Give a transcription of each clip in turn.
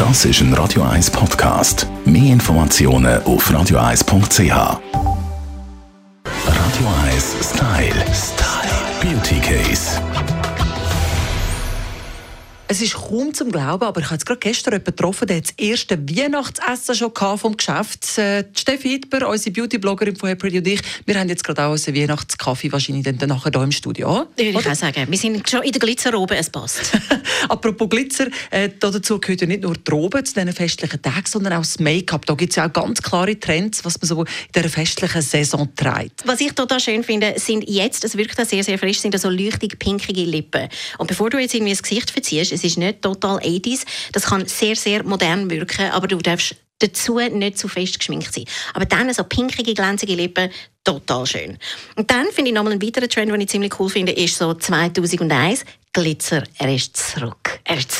Das ist ein Radio 1 Podcast. Mehr Informationen auf radio1.ch. Radio 1 Style. Beauty Case. Es ist kaum zum Glauben, aber ich habe jetzt gerade gestern jemanden getroffen, der hat das erste Weihnachtsessen schon vom Geschäft. Steffi Hitber, unsere Beauty-Bloggerin von Pretty und ich, wir haben jetzt gerade auch unseren Weihnachtskaffee wahrscheinlich dann nachher hier im Studio. Ich würde auch sagen, wir sind schon in der Glitzerrobe, es passt. Apropos Glitzer, dazu gehört ja nicht nur die Robe zu diesen festlichen Tagen, sondern auch das Make-up. Da gibt es ja auch ganz klare Trends, was man so in dieser festlichen Saison trägt. Was ich total schön finde, sind jetzt, es wirkt auch sehr, sehr frisch, sind so leuchtig pinkige Lippen. Und bevor du jetzt irgendwie das Gesicht verziehst, es ist nicht total 80s, das kann sehr, sehr modern wirken, aber du darfst dazu nicht zu fest geschminkt sein. Aber dann so pinkige, glänzige Lippen, total schön. Und dann finde ich nochmal einen weiteren Trend, den ich ziemlich cool finde, ist so 2001, Glitzer, er ist zurück.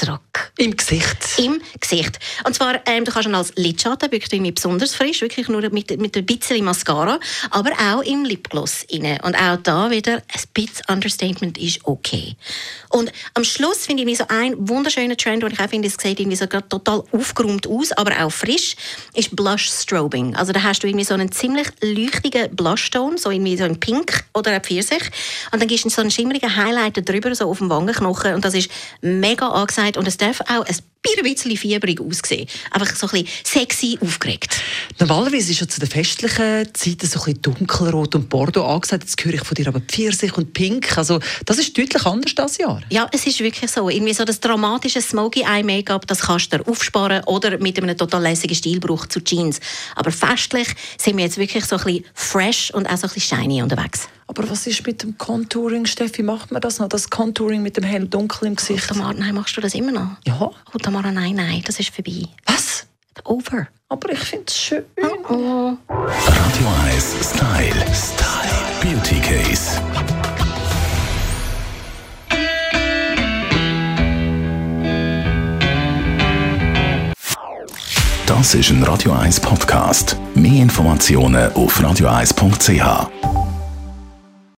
Im Gesicht? Im Gesicht. Und zwar, du kannst ihn als Lidschatten, wirklich irgendwie besonders frisch, wirklich nur mit ein bisschen Mascara, aber auch im Lipgloss rein. Und auch da wieder ein bisschen Understatement ist okay. Und am Schluss finde ich so ein wunderschöner Trend, den ich auch finde, es sieht irgendwie so gerade total aufgeräumt aus, aber auch frisch, ist Blush Strobing. Also da hast du irgendwie so einen ziemlich leuchtigen Blushtone, so irgendwie so ein Pink oder ein Pfirsich. Und dann gibst du so einen schimmerigen Highlighter drüber, so auf dem Wangenknochen. Und das ist mega angesagt. Und es darf auch ein bisschen fiebrig aussehen. Einfach so ein bisschen sexy, aufgeregt. Normalerweise ist ja zu den festlichen Zeiten so ein bisschen dunkelrot und Bordeaux angesagt. Jetzt höre ich von dir aber Pfirsich und Pink. Also, das ist deutlich anders dieses Jahr. Ja, es ist wirklich so. Irgendwie so das dramatische Smoky-Eye-Make-up, das kannst du dir aufsparen oder mit einem total lässigen Stilbruch zu Jeans. Aber festlich sind wir jetzt wirklich so ein bisschen fresh und auch so ein bisschen shiny unterwegs. Aber was ist mit dem Contouring, Steffi? Macht man das noch? Das Contouring mit dem hell-dunkel im Gesicht? Tamara, nein, machst du das immer noch? Ja. Oh, Tamara, nein, das ist vorbei. Was? Over. Aber ich finde es schön. Oh. Radio 1 Style. Beauty Case. Das ist ein Radio 1 Podcast. Mehr Informationen auf radio1.ch.